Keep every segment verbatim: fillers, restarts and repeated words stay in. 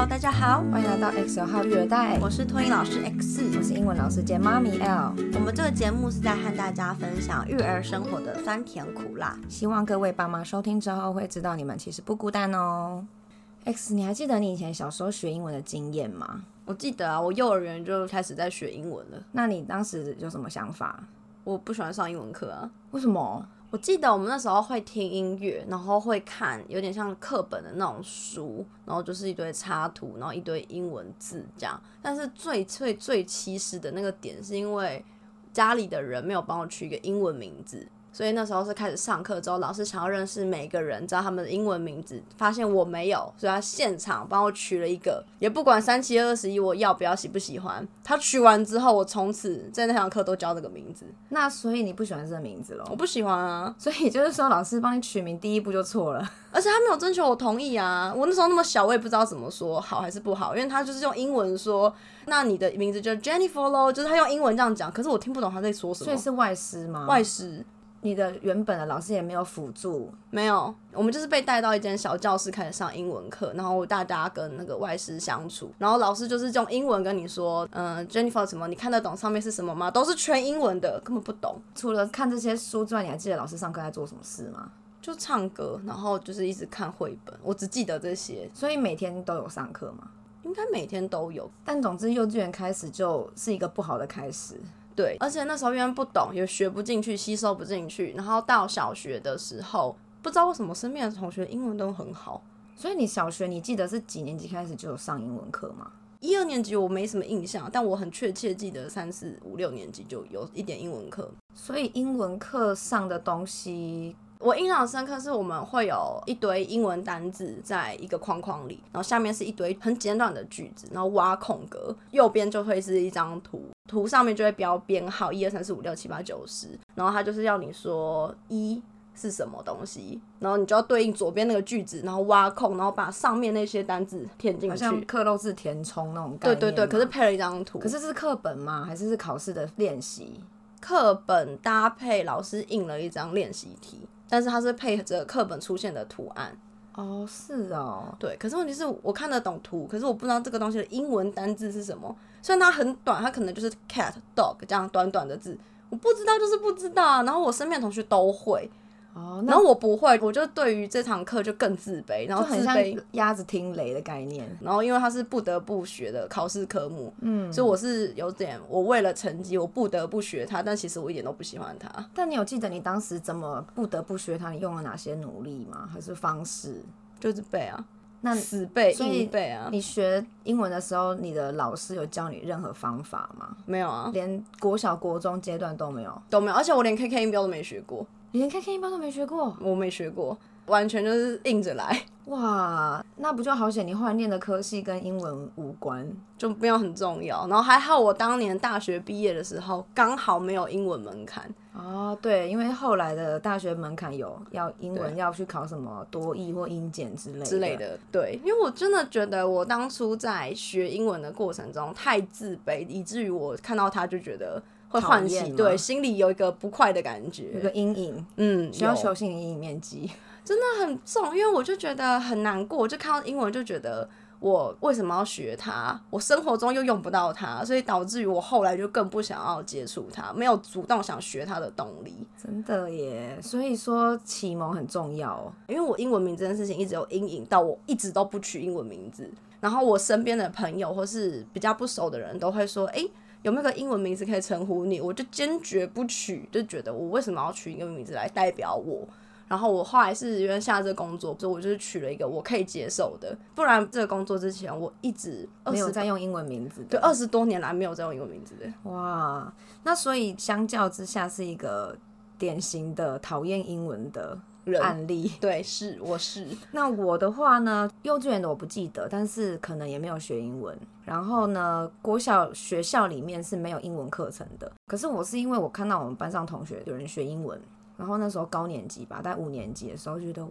Hello， 大家好， 欢迎来到 X 九号育儿袋， 我是托婴老师 X， 我是英文老师兼妈咪 L。 我们这个节目是在和大家分享育儿生活的酸甜苦辣， 希望各位爸妈收听之后会知道你们其实不孤单哦。X， 你还记得你以前小时候学英文的经验吗？ 我记得啊，我幼儿园就开始在学英文了。 那你当时有什么想法？ 我不喜欢上英文课啊。 为什么？ 我记得我们那时候会听音乐，然后会看有点像课本的那种书，然后就是一堆插图，然后一堆英文字这样。但是最最最起始的那个点是因为家里的人没有帮我取一个英文名字，所以那时候是开始上课之后，老师想要认识每个人，知道他们的英文名字，发现我没有，所以他现场帮我取了一个，也不管三七二十一我要不要喜不喜欢。他取完之后，我从此在那堂课都叫这个名字。 那所以你不喜欢这个名字咯？ 我不喜欢啊。 所以就是说老师帮你取名第一步就错了， 而且他没有征求我同意啊。我那时候那么小，我也不知道怎么说好还是不好，因为他就是用英文说，那你的名字就 Jennifer 咯，就是他用英文这样讲，可是我听不懂他在说什么。 所以是外师吗？ 外师。 你的原本的老师也没有辅助？ 没有，我们就是被带到一间小教室开始上英文课，然后大家跟那个外师相处，然后老师就是用英文跟你说，嗯、呃、，Jennifer 什么，你看得懂上面是什么吗？都是全英文的，根本不懂。 除了看这些书之外，你还记得老师上课在做什么事吗？ 就唱歌，然后就是一直看绘本，我只记得这些。 所以每天都有上课吗？ 应该每天都有， 但总之幼稚园开始就是一个不好的开始。 对，而且那时候因为不懂，也学不进去，吸收不进去，然后到小学的时候，不知道为什么身边的同学英文都很好。 所以你小学你记得是几年级开始就有上英文课吗？ 一二年级我没什么印象，但我很确切记得三四五六年级就有一点英文课。 所以英文课上的东西， 我印象深刻是我们会有一堆英文单字在一个框框里，然后下面是一堆很简短的句子，然后挖空格，右边就会是一张图，图上面就会标编号一二三四五六七八九十，然后他就是要你说一是什么东西，然后你就要对应左边那个句子，然后挖空，然后把上面那些单字填进去， 好像刻漏字填充那种概念。 对对对，可是配了一张图。 可是是课本吗？还是是考试的练习？ 课本搭配老师印了一张练习题，但是它是配着课本出现的图案。 哦，是哦。 对，可是问题是我看得懂图，可是我不知道这个东西的英文单字是什么。虽然它很短，它可能就是 cat dog 这样短短的字，我不知道就是不知道啊。然后我身边的同学都会， 哦， 然后我不会，我就对于这堂课就更自卑，然后自卑， 就很像鸭子听雷的概念。 然后因为它是不得不学的考试科目，嗯，所以我是有点，我为了成绩我不得不学它，但其实我一点都不喜欢它。 但你有记得你当时怎么不得不学它？你用了哪些努力吗？还是方式？ 就是背啊， 那死背硬背啊。 你学英文的时候，你的老师有教你任何方法吗？ 没有啊， 连国小国中阶段都没有， 都没有，而且我连 K K 音标都没学过。 你连 K K 音标都没学过？ 我没学过，完全就是硬着来。 哇，那不就好险？你后来念的科系跟英文无关， 就没有很重要。然后还好我当年大学毕业的时候刚好没有英文门槛。 哦，对，因为后来的大学门槛有要英文要去考什么多益或英检之类的之类的。对，因为我真的觉得我当初在学英文的过程中太自卑，以至于我看到他就觉得会唤起，对，心里有一个不快的感觉， 有个阴影， 嗯， 需要修心理阴影面积， 真的很重。因为我就觉得很难过，我就看到英文就觉得我为什么要学它？我生活中又用不到它，所以导致于我后来就更不想要接触它，没有主动想学它的动力。 真的耶，所以说启蒙很重要哦。 因为我英文名这件事情一直有阴影到我一直都不取英文名字，然后我身边的朋友或是比较不熟的人都会说，哎、欸，有没有个英文名字可以称呼你？我就坚决不取，就觉得我为什么要取一个名字来代表我？然后我后来是因为下这个工作，所以我就是取了一个我可以接受的，不然这个工作之前我一直没有在用英文名字的， 对，二十多年来没有在用英文名字的。 哇，那所以相较之下是一个典型的讨厌英文的案例。 对，是，我是。 那我的话呢，幼稚园的我不记得，但是可能也没有学英文。然后呢，国小学校里面是没有英文课程的。可是我是因为我看到我们班上同学有人学英文，然后那时候高年级吧，大概五年级的时候，觉得哇，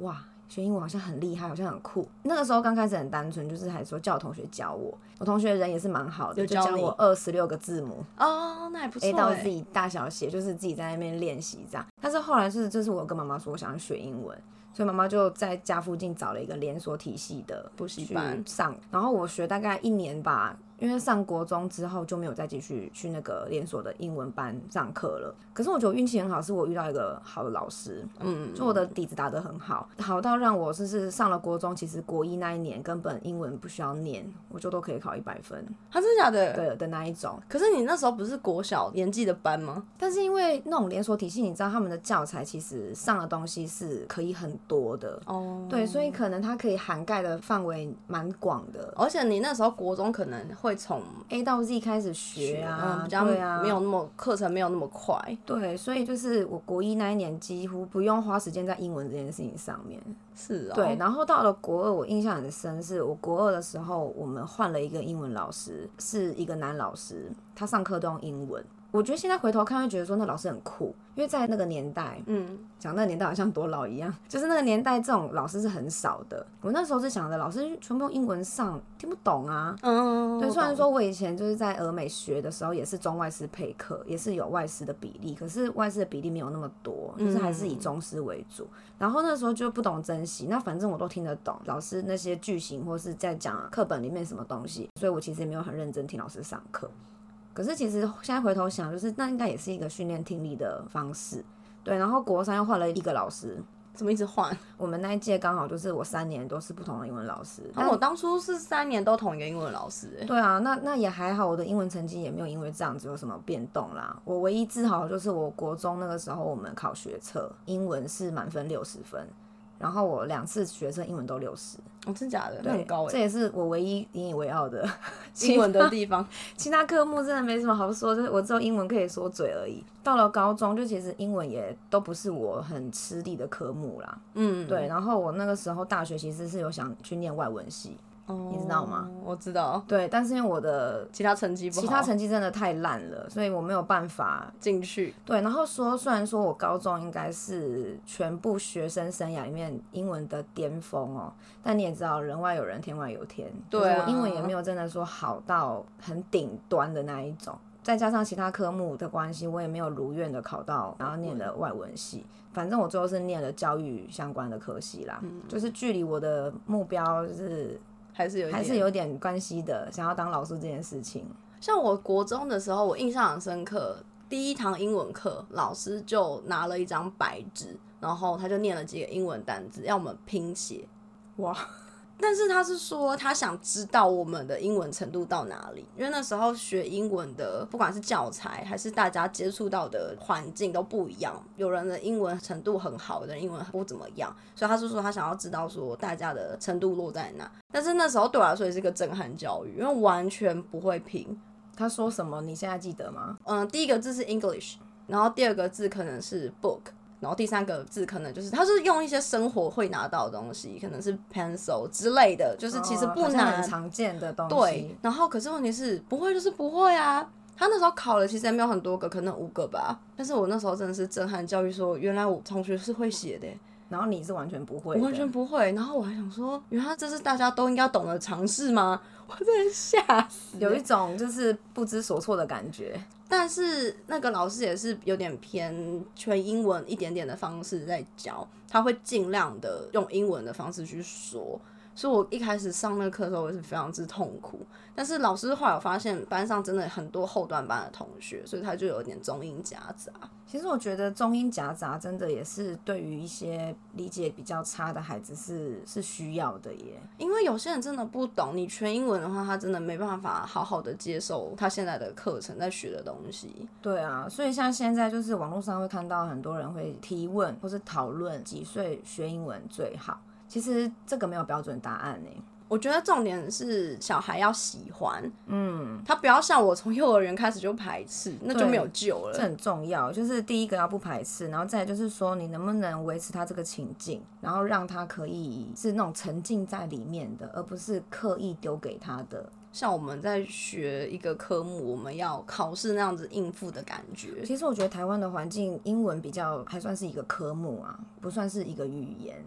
学英文好像很厉害，好像很酷。那个时候刚开始很单纯，就是还说叫我同学教我，我同学人也是蛮好的，就教我二十六个字母哦，那还不错 ，A 到 Z 大小写，就是自己在那边练习这样。但是后来是，就是我跟妈妈说我想要学英文，所以妈妈就在家附近找了一个连锁体系的补习班上，然后我学大概一年吧。因为上国中之后就没有再继续去那个连锁的英文班上课了。可是我觉得我运气很好，是我遇到一个好的老师，嗯，就我的底子打得很好，好到让我就是上了国中，其实国一那一年根本英文不需要念，我就都可以考一百分。 他、啊、真的假的？ 对的那一种。 可是你那时候不是国小年纪的班吗？ 但是因为那种连锁体系，你知道他们的教材其实上的东西是可以很多的哦，对，所以可能它可以涵盖的范围蛮广的。 而且你那时候国中可能会从 A 到 Z 开始学啊， 嗯、比较没有那么课程没有那么快， 对，所以就是我国一那一年几乎不用花时间在英文这件事情上面。 是哦， 对，然后到了国二，我印象很深，是我国二的时候，我们换了一个英文老师，是一个男老师，他上课都用英文。我觉得现在回头看会觉得说那老师很酷，因为在那个年代，嗯，讲那个年代好像多老一样，就是那个年代这种老师是很少的。我那时候是想着老师全部用英文上，听不懂啊。嗯，对，虽然说我以前就是在俄美学的时候也是中外师配课，也是有外师的比例，可是外师的比例没有那么多，就是还是以中师为主。然后那时候就不懂珍惜，那反正我都听得懂老师那些句型或是在讲课本里面什么东西，所以我其实也没有很认真听老师上课。可是其实现在回头想，就是那应该也是一个训练听力的方式，对。然后国三又换了一个老师， 怎么一直换？ 我们那一届刚好就是我三年都是不同的英文老师。 但我当初是三年都同一个英文老师、欸。 对啊，那那也还好，我的英文成绩也没有因为这样子有什么变动啦。我唯一自豪的就是我国中那个时候我们考学测，英文是满分六十分。然后我两次学测英文都六十， 哦，真假的？那很高哎， 这也是我唯一引以为傲的英文的地方。 其他科目真的没什么好说，就是我只有英文可以说嘴而已。到了高中，就其实英文也都不是我很吃力的科目啦。嗯，对。然后我那个时候大学其实是有想去念外文系。你知道吗？ 我知道， 对，但是因为我的其他成绩不好， 其他成绩真的太烂了，所以我没有办法进去。 对，然后说虽然说我高中应该是全部学生生涯里面英文的巅峰哦，但你也知道人外有人，天外有天，对、啊，我英文也没有真的说好到很顶端的那一种，再加上其他科目的关系，我也没有如愿的考到，然后念了外文系。反正我最后是念了教育相关的科系啦，嗯、就是距离我的目标就是还是有一点还是有点关系的，想要当老师这件事情。 像我国中的时候，我印象很深刻，第一堂英文课，老师就拿了一张白纸，然后他就念了几个英文单字，要我们拼写。哇！但是他是说他想知道我们的英文程度到哪里，因为那时候学英文的不管是教材还是大家接触到的环境都不一样，有人的英文程度很好，有人英文不怎么样，所以他是说他想要知道说大家的程度落在哪。但是那时候对我来说也是个震撼教育，因为完全不会拼。 他说什么你现在记得吗？ 嗯，第一个字是 English， 然后第二个字可能是 book，然后第三个字可能就是他是用一些生活会拿到的东西，可能是 pencil 之类的，就是其实不难， 哦、很常见的东西。 对，然后可是问题是不会就是不会啊。他那时候考了其实也没有很多个，可能五个吧。但是我那时候真的是震撼教育，说原来我同学是会写的， 然后你是完全不会的， 我完全不会。然后我还想说，原来这是大家都应该懂的常识吗？我真的吓死， 有一种就是不知所措的感觉。 但是那个老师也是有点偏全英文一点点的方式在教，他会尽量的用英文的方式去说，所以我一开始上那个课的时候我也是非常之痛苦。但是老师后来我发现班上真的很多后段班的同学，所以他就有点中英夹杂。 其实我觉得中英夹杂真的也是对于一些理解比较差的孩子是是需要的耶， 因为有些人真的不懂，你全英文的话他真的没办法好好的接受他现在的课程在学的东西。 对啊，所以像现在就是网络上会看到很多人会提问或是讨论几岁学英文最好，其实这个没有标准答案耶。 我觉得重点是小孩要喜欢，嗯，他不要像我从幼儿园开始就排斥，那就没有救了。 这很重要，就是第一个要不排斥，然后再来就是说你能不能维持他这个情境，然后让他可以是那种沉浸在里面的，而不是刻意丢给他的。 像我们在学一个科目，我们要考试那样子应付的感觉。 其实我觉得台湾的环境，英文比较还算是一个科目啊，不算是一个语言。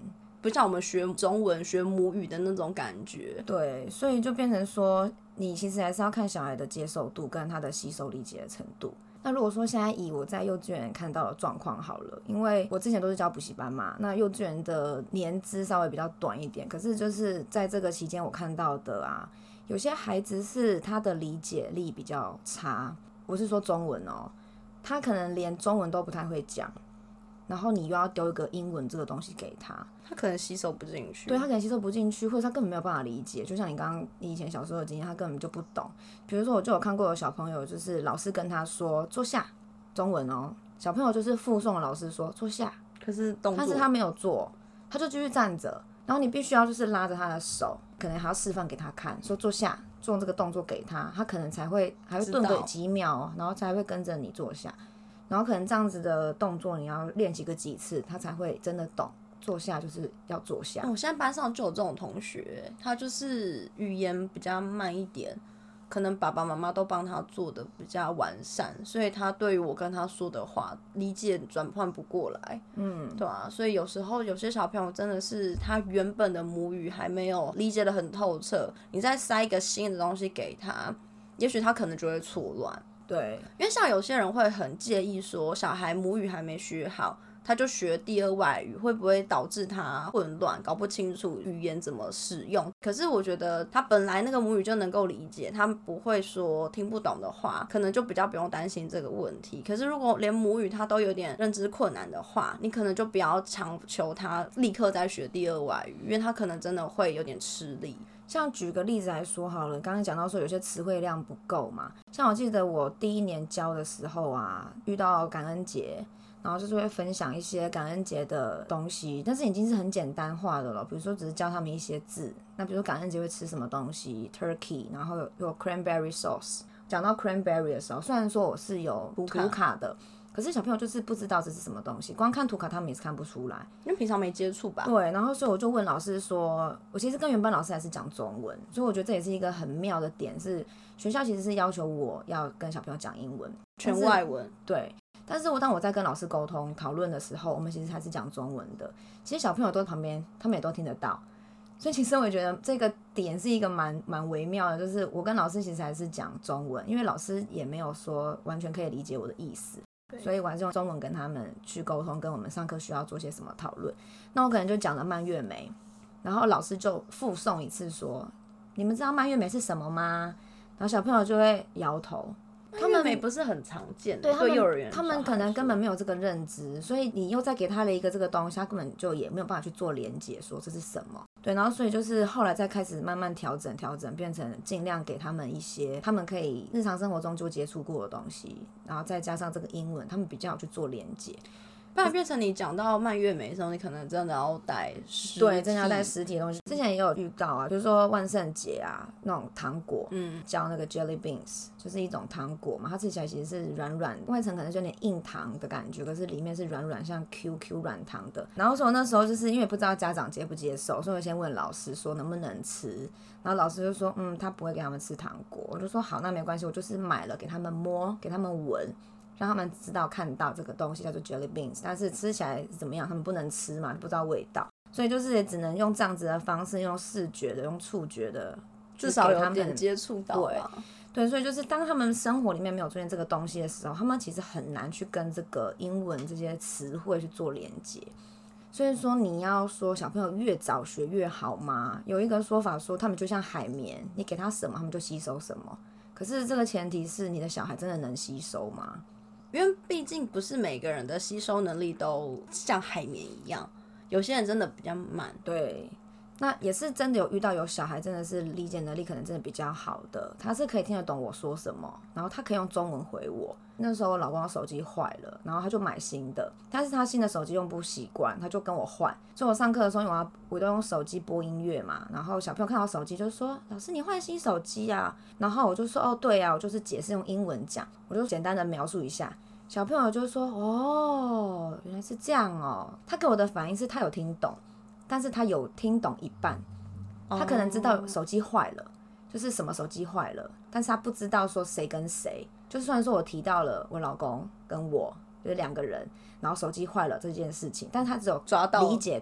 不像我们学中文学母语的那种感觉。 对，所以就变成说你其实还是要看小孩的接受度跟他的吸收理解的程度。那如果说现在以我在幼稚园看到的状况好了，因为我之前都是教补习班嘛，那幼稚园的年资稍微比较短一点，可是就是在这个期间我看到的啊，有些孩子是他的理解力比较差，我是说中文哦，他可能连中文都不太会讲，然后你又要丢一个英文这个东西给他， 他可能吸收不进去。 对，他可能吸收不进去，或者他根本没有办法理解。就像你刚刚你以前小时候的经验，他根本就不懂。比如说，我就有看过有小朋友，就是老师跟他说坐下，中文哦，小朋友就是附送老师说坐下， 可是动作， 但是他没有做，他就继续站着。然后你必须要就是拉着他的手，可能还要示范给他看，说坐下，做这个动作给他，他可能才会还会顿个几秒，然后才会跟着你坐下。然后可能这样子的动作你要练习个几次，他才会真的懂。坐下就是要坐下。 哦，我现在班上就有这种同学，他就是语言比较慢一点，可能爸爸妈妈都帮他做的比较完善，所以他对于我跟他说的话理解转换不过来。嗯，对啊，所以有时候有些小朋友真的是他原本的母语还没有理解的很透彻，你再塞一个新的东西给他，也许他可能就会错乱。 对， 因为像有些人会很介意说小孩母语还没学好，他就学第二外语，会不会导致他混乱，搞不清楚语言怎么使用？可是我觉得他本来那个母语就能够理解，他不会说听不懂的话，可能就比较不用担心这个问题。可是如果连母语他都有点认知困难的话，你可能就不要强求他立刻再学第二外语，因为他可能真的会有点吃力。 像举个例子来说好了，刚刚讲到说有些词汇量不够嘛，像我记得我第一年教的时候啊，遇到感恩节，然后就是会分享一些感恩节的东西，但是已经是很简单化的了，比如说只是教他们一些字，那比如说感恩节会吃什么东西 turkey， 然后有有 cranberry sauce。讲到 cranberry 的时候，虽然说我是有图卡的，可是小朋友就是不知道这是什么东西，光看图卡他们也是看不出来， 因为平常没接触吧。 对，然后所以我就问老师说，我其实跟原班老师还是讲中文，所以我觉得这也是一个很妙的点，是学校其实是要求我要跟小朋友讲英文， 全外文。 对，但是我当我在跟老师沟通讨论的时候，我们其实还是讲中文的，其实小朋友都在旁边，他们也都听得到。所以其实我觉得这个点是一个蛮蛮微妙的，就是我跟老师其实还是讲中文，因为老师也没有说完全可以理解我的意思，所以我还是用中文跟他们去沟通，跟我们上课需要做些什么讨论。那我可能就讲了蔓越莓，然后老师就附送一次说，你们知道蔓越莓是什么吗？然后小朋友就会摇头。 他们也不是很常见的， 对他们幼儿园他们可能根本没有这个认知，所以你又再给他了一个这个东西，他根本就也没有办法去做连结，说这是什么。对，然后所以就是后来再开始慢慢调整调整，变成尽量给他们一些他们可以日常生活中就接触过的东西，然后再加上这个英文，他们比较好去做连结。 不然变成你讲到蔓越莓的时候，你可能真的要带实体， 对，真的要带实体的东西。之前也有预告啊，就是说万圣节啊，那种糖果，嗯，叫那个 jelly beans， 就是一种糖果嘛，它吃起来其实是软软，外层可能就有点硬糖的感觉，可是里面是软软像 Q Q 软糖的。然后说那时候就是因为不知道家长接不接受，所以我先问老师说能不能吃，然后老师就说嗯，他不会给他们吃糖果。我就说好，那没关系，我就是买了给他们摸，给他们闻。让他们知道看到这个东西叫做 jelly beans， 但是吃起来是怎么样他们不能吃嘛，不知道味道，所以就是也只能用这样子的方式，用视觉的用触觉的， 至少有点接触到吧。 对，所以就是当他们生活里面没有出现这个东西的时候，他们其实很难去跟这个英文这些词汇去做连接。所以说你要说小朋友越早学越好吗？有一个说法说他们就像海绵，你给他什么他们就吸收什么，可是这个前提是你的小孩真的能吸收吗？ 因为毕竟不是每个人的吸收能力都像海绵一样，有些人真的比较慢。 对，那也是真的有遇到有小孩真的是理解能力可能真的比较好的，他是可以听得懂我说什么，然后他可以用中文回我。那时候我老公的手机坏了，然后他就买新的，但是他新的手机用不习惯，他就跟我换。所以我上课的时候，因为我要我都用手机播音乐嘛，然后小朋友看到手机就说：“老师，你换新手机啊？”然后我就说：“哦，对啊，我就是解释用英文讲，我就简单的描述一下。”小朋友就说：“哦，原来是这样哦。”他给我的反应是他有听懂，但是他有听懂一半，他可能知道手机坏了，就是什么手机坏了，但是他不知道说谁跟谁。就算说我提到了我老公跟我就是两个人，然后手机坏了这件事情，但他只有抓到理解到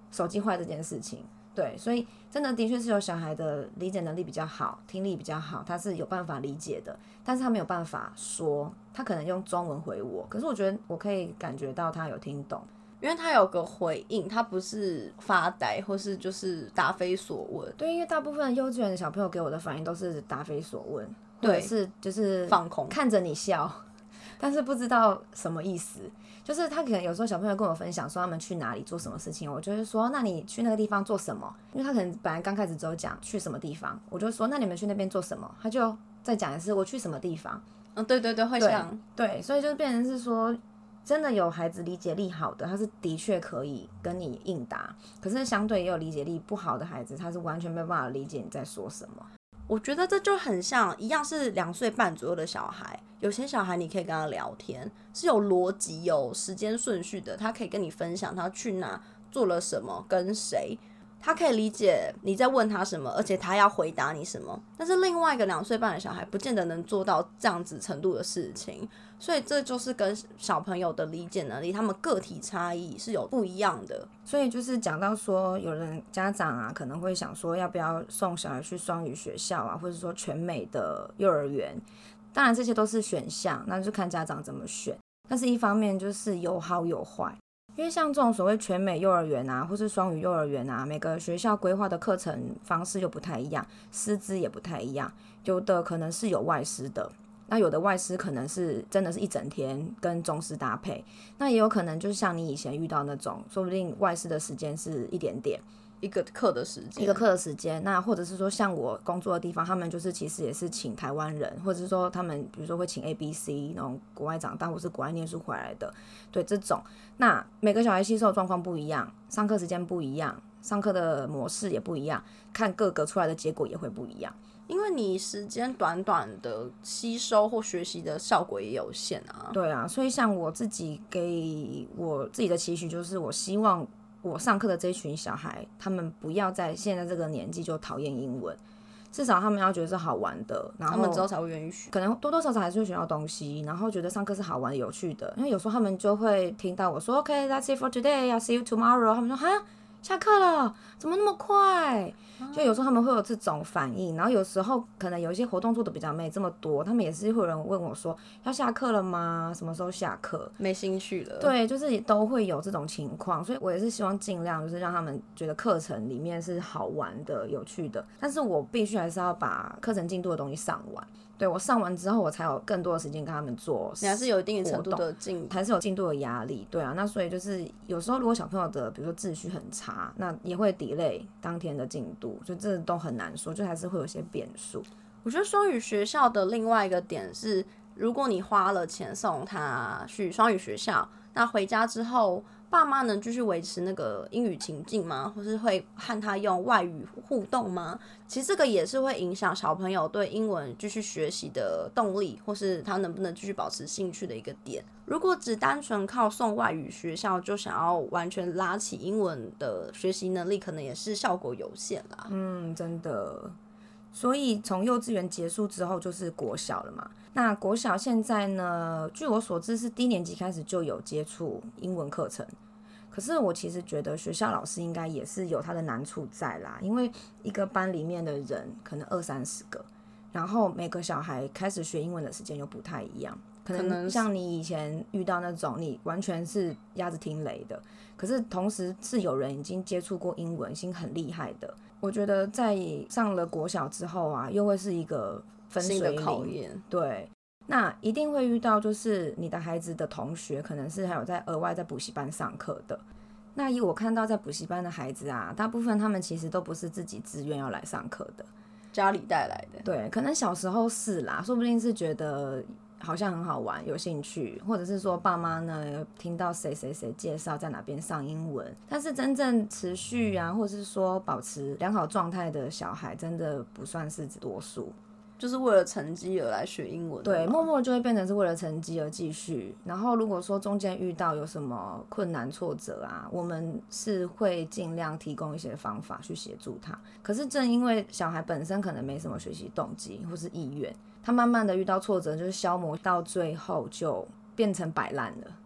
手机坏这件事情。对，所以真的的确是有小孩的理解能力比较好，听力比较好，他是有办法理解的，但是他没有办法说，他可能用中文回我，可是我觉得我可以感觉到他有听懂， 因为他有个回应，他不是发呆或是就是答非所问。 对，因为大部分幼稚园的小朋友给我的反应都是答非所问，或者是就是放空， 看着你笑，但是不知道什么意思。就是他可能有时候小朋友跟我分享说他们去哪里做什么事情，我就会说那你去那个地方做什么？因为他可能本来刚开始只有讲去什么地方，我就说那你们去那边做什么？他就再讲一次我去什么地方。 嗯，对对对，会这样。 对，所以就变成是说，真的有孩子理解力好的，他是的确可以跟你应答，可是相对也有理解力不好的孩子，他是完全没办法理解你在说什么。 我觉得这就很像一样是两岁半左右的小孩，有些小孩你可以跟他聊天，是有逻辑有时间顺序的，他可以跟你分享他去哪做了什么跟谁，他可以理解你在问他什么，而且他要回答你什么。但是另外一个两岁半的小孩不见得能做到这样子程度的事情，所以这就是跟小朋友的理解能力，他们个体差异是有不一样的。 所以就是讲到说，有人家长啊可能会想说，要不要送小孩去双语学校啊，或者说全美的幼儿园。当然这些都是选项，那就看家长怎么选。但是一方面就是有好有坏，因为像这种所谓全美幼儿园啊，或是双语幼儿园啊，每个学校规划的课程方式又不太一样，师资也不太一样，有的可能是有外师的，那有的外师可能是真的是一整天跟中师搭配，那也有可能就是像你以前遇到那种，说不定外师的时间是一点点， 一个课的时间， 一个课的时间。那或者是说像我工作的地方，他们就是其实也是请台湾人，或者是说他们比如说会请 A B C 那种国外长大或是国外念书回来的，对这种。那每个小孩吸收的状况不一样，上课时间不一样，上课的模式也不一样，看各个出来的结果也会不一样。 因为你时间短短的吸收或学习的效果也有限啊。 对啊，所以像我自己给我自己的期许就是，我希望我上课的这群小孩，他们不要在现在这个年纪就讨厌英文，至少他们要觉得是好玩的，然后他们之后才会愿意学。 可能多多少少还是会学到东西，然后觉得上课是好玩的、有趣的。因为有时候他们就会听到我说 OK, that's it for today, I'll see you tomorrow。他们说哈，下课了，怎么那么快？就有时候他们会有这种反应，然后有时候可能有一些活动做的比较没这么多，他们也是会有人问我说要下课了吗？什么时候下课？ 没兴趣了。 对，就是都会有这种情况，所以我也是希望尽量就是让他们觉得课程里面是好玩的、有趣的，但是我必须还是要把课程进度的东西上完。对，我上完之后，我才有更多的时间跟他们做。 你还是有一定程度的进， 还是有进度的压力，对啊。那所以就是有时候如果小朋友的比如说秩序很差，那也会 delay 当天的进度，所以这都很难说，就还是会有些变数。 我觉得双语学校的另外一个点是，如果你花了钱送他去双语学校，那回家之后，爸妈能继续维持那个英语情境吗？或是会和他用外语互动吗？其实这个也是会影响小朋友对英文继续学习的动力，或是他能不能继续保持兴趣的一个点。如果只单纯靠送外语学校就想要完全拉起英文的学习能力，可能也是效果有限啦。 嗯，真的。所以从幼稚园结束之后就是国小了嘛。那国小现在呢，据我所知是低年级开始就有接触英文课程。可是我其实觉得学校老师应该也是有他的难处在啦，因为一个班里面的人可能二三十个，然后每个小孩开始学英文的时间又不太一样。可能像你以前遇到那种你完全是鸭子听雷的，可是同时是有人已经接触过英文，已经很厉害的。我觉得在上了国小之后啊，又会是一个分水岭， 新的考验。 对，那一定会遇到就是你的孩子的同学可能是还有在额外在补习班上课的。那以我看到在补习班的孩子啊，大部分他们其实都不是自己自愿要来上课的， 家里带来的。 对，可能小时候是啦，说不定是觉得好像很好玩有兴趣，或者是说爸妈呢听到谁谁谁介绍在哪边上英文，但是真正持续啊或者是说保持良好状态的小孩真的不算是多数， 就是为了成绩而来学英文。 对，默默就会变成是为了成绩而继续。然后如果说中间遇到有什么困难挫折啊，我们是会尽量提供一些方法去协助他。可是正因为小孩本身可能没什么学习动机或是意愿，他慢慢的遇到挫折就是消磨到最后就变成摆烂了。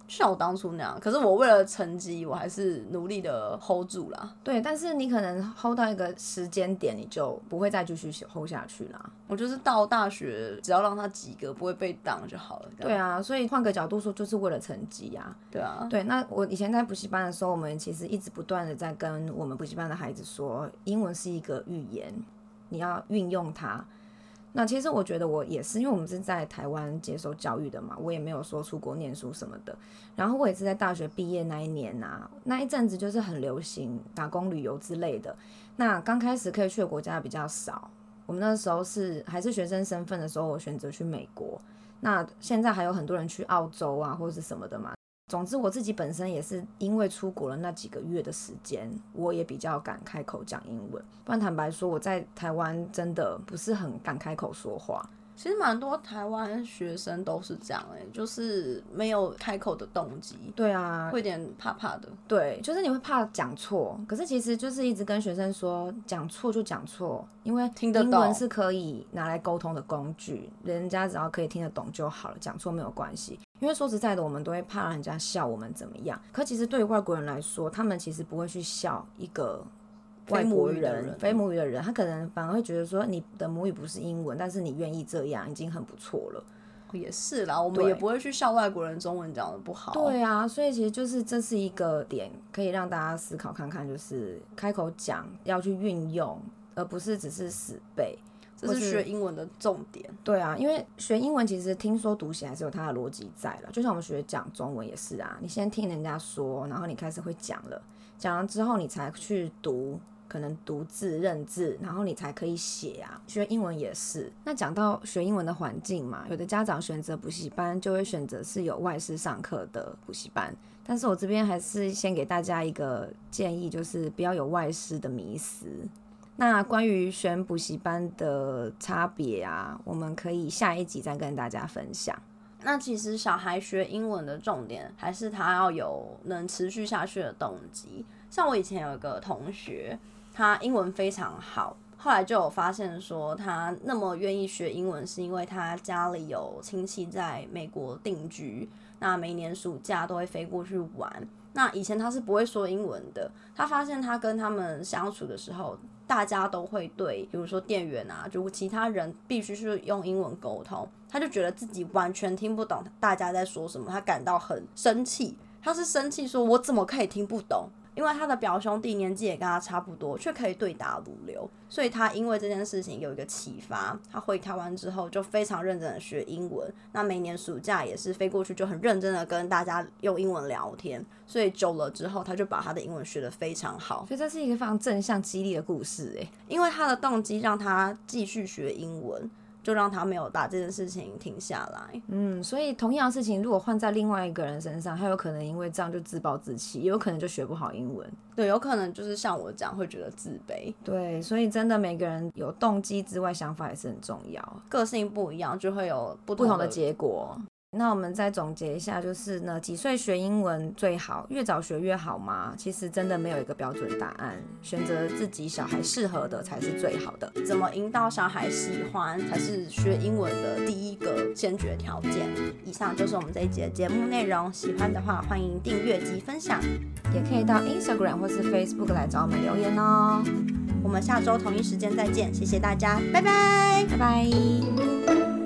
就像我当初那样，可是我为了成绩，我还是努力的 hold 住啦。 对，但是你可能 hold 到一个时间点，你就不会再继续 hold 下去啦。 我就是到大学，只要让他及格，不会被当就好了。 对啊，所以换个角度说，就是为了成绩啊。 对啊， 对。那我以前在补习班的时候，我们其实一直不断的在跟我们补习班的孩子说，英文是一个语言，你要运用它。那其实我觉得我也是，因为我们是在台湾接受教育的嘛，我也没有说出国念书什么的。然后我也是在大学毕业那一年啊，那一阵子就是很流行打工旅游之类的。那刚开始可以去的国家比较少，我们那时候是还是学生身份的时候，我选择去美国。那现在还有很多人去澳洲啊，或者是什么的嘛。总之我自己本身也是因为出国了那几个月的时间，我也比较敢开口讲英文，不然坦白说我在台湾真的不是很敢开口说话。 其实蛮多台湾学生都是这样哎、欸，就是没有开口的动机。 对啊， 会有点怕怕的。 对，就是你会怕讲错，可是其实就是一直跟学生说，讲错就讲错，因为听得懂， 英文是可以拿来沟通的工具，人家只要可以听得懂就好了，讲错没有关系。因为说实在的，我们都会怕让人家笑我们怎么样，可其实对于外国人来说，他们其实不会去笑一个外国人非母语的人，他可能反而会觉得说你的母语不是英文，但是你愿意这样已经很不错了。 也是啦，我们也不会去笑外国人中文讲的不好。 对啊，所以其实就是这是一个点，可以让大家思考看看，就是开口讲要去运用，而不是只是死背。 这是学英文的重点。 对啊，因为学英文其实听说读写还是有它的逻辑在了，就像我们学讲中文也是啊，你先听人家说，然后你开始会讲了，讲了之后你才去读，可能读字认字，然后你才可以写啊。学英文也是。那讲到学英文的环境嘛，有的家长选择补习班就会选择是有外师上课的补习班，但是我这边还是先给大家一个建议，就是不要有外师的迷思。那关于选补习班的差别啊，我们可以下一集再跟大家分享。 那其实小孩学英文的重点还是他要有能持续下去的动机。像我以前有一个同学，他英文非常好，后来就有发现说他那么愿意学英文是因为他家里有亲戚在美国定居，那每年暑假都会飞过去玩。那以前他是不会说英文的，他发现他跟他们相处的时候，大家都会对，比如说店员啊，就其他人必须是用英文沟通，他就觉得自己完全听不懂大家在说什么，他感到很生气。他是生气说我怎么可以听不懂，因为他的表兄弟年纪也跟他差不多，却可以对答如流，所以他因为这件事情有一个启发，他回台湾之后就非常认真的学英文，那每年暑假也是飞过去就很认真的跟大家用英文聊天，所以久了之后他就把他的英文学得非常好。 所以这是一个非常正向激励的故事耶， 因为他的动机让他继续学英文，就让他没有把这件事情停下来。 嗯，所以同样的事情如果换在另外一个人身上，他有可能因为这样就自暴自弃，也有可能就学不好英文。 对，有可能就是像我这样会觉得自卑。 对，所以真的每个人有动机之外，想法也是很重要， 个性不一样就会有不同的, 同的结果。那我们再总结一下，就是呢，几岁学英文最好？越早学越好吗？其实真的没有一个标准答案，选择自己小孩适合的才是最好的。 怎么引导小孩喜欢，才是学英文的第一个先决条件。以上就是我们这一集的节目内容，喜欢的话欢迎订阅及分享， 也可以到 Instagram 或是 Facebook 来找我们留言哦。 我们下周同一时间再见，谢谢大家，拜拜， 拜拜。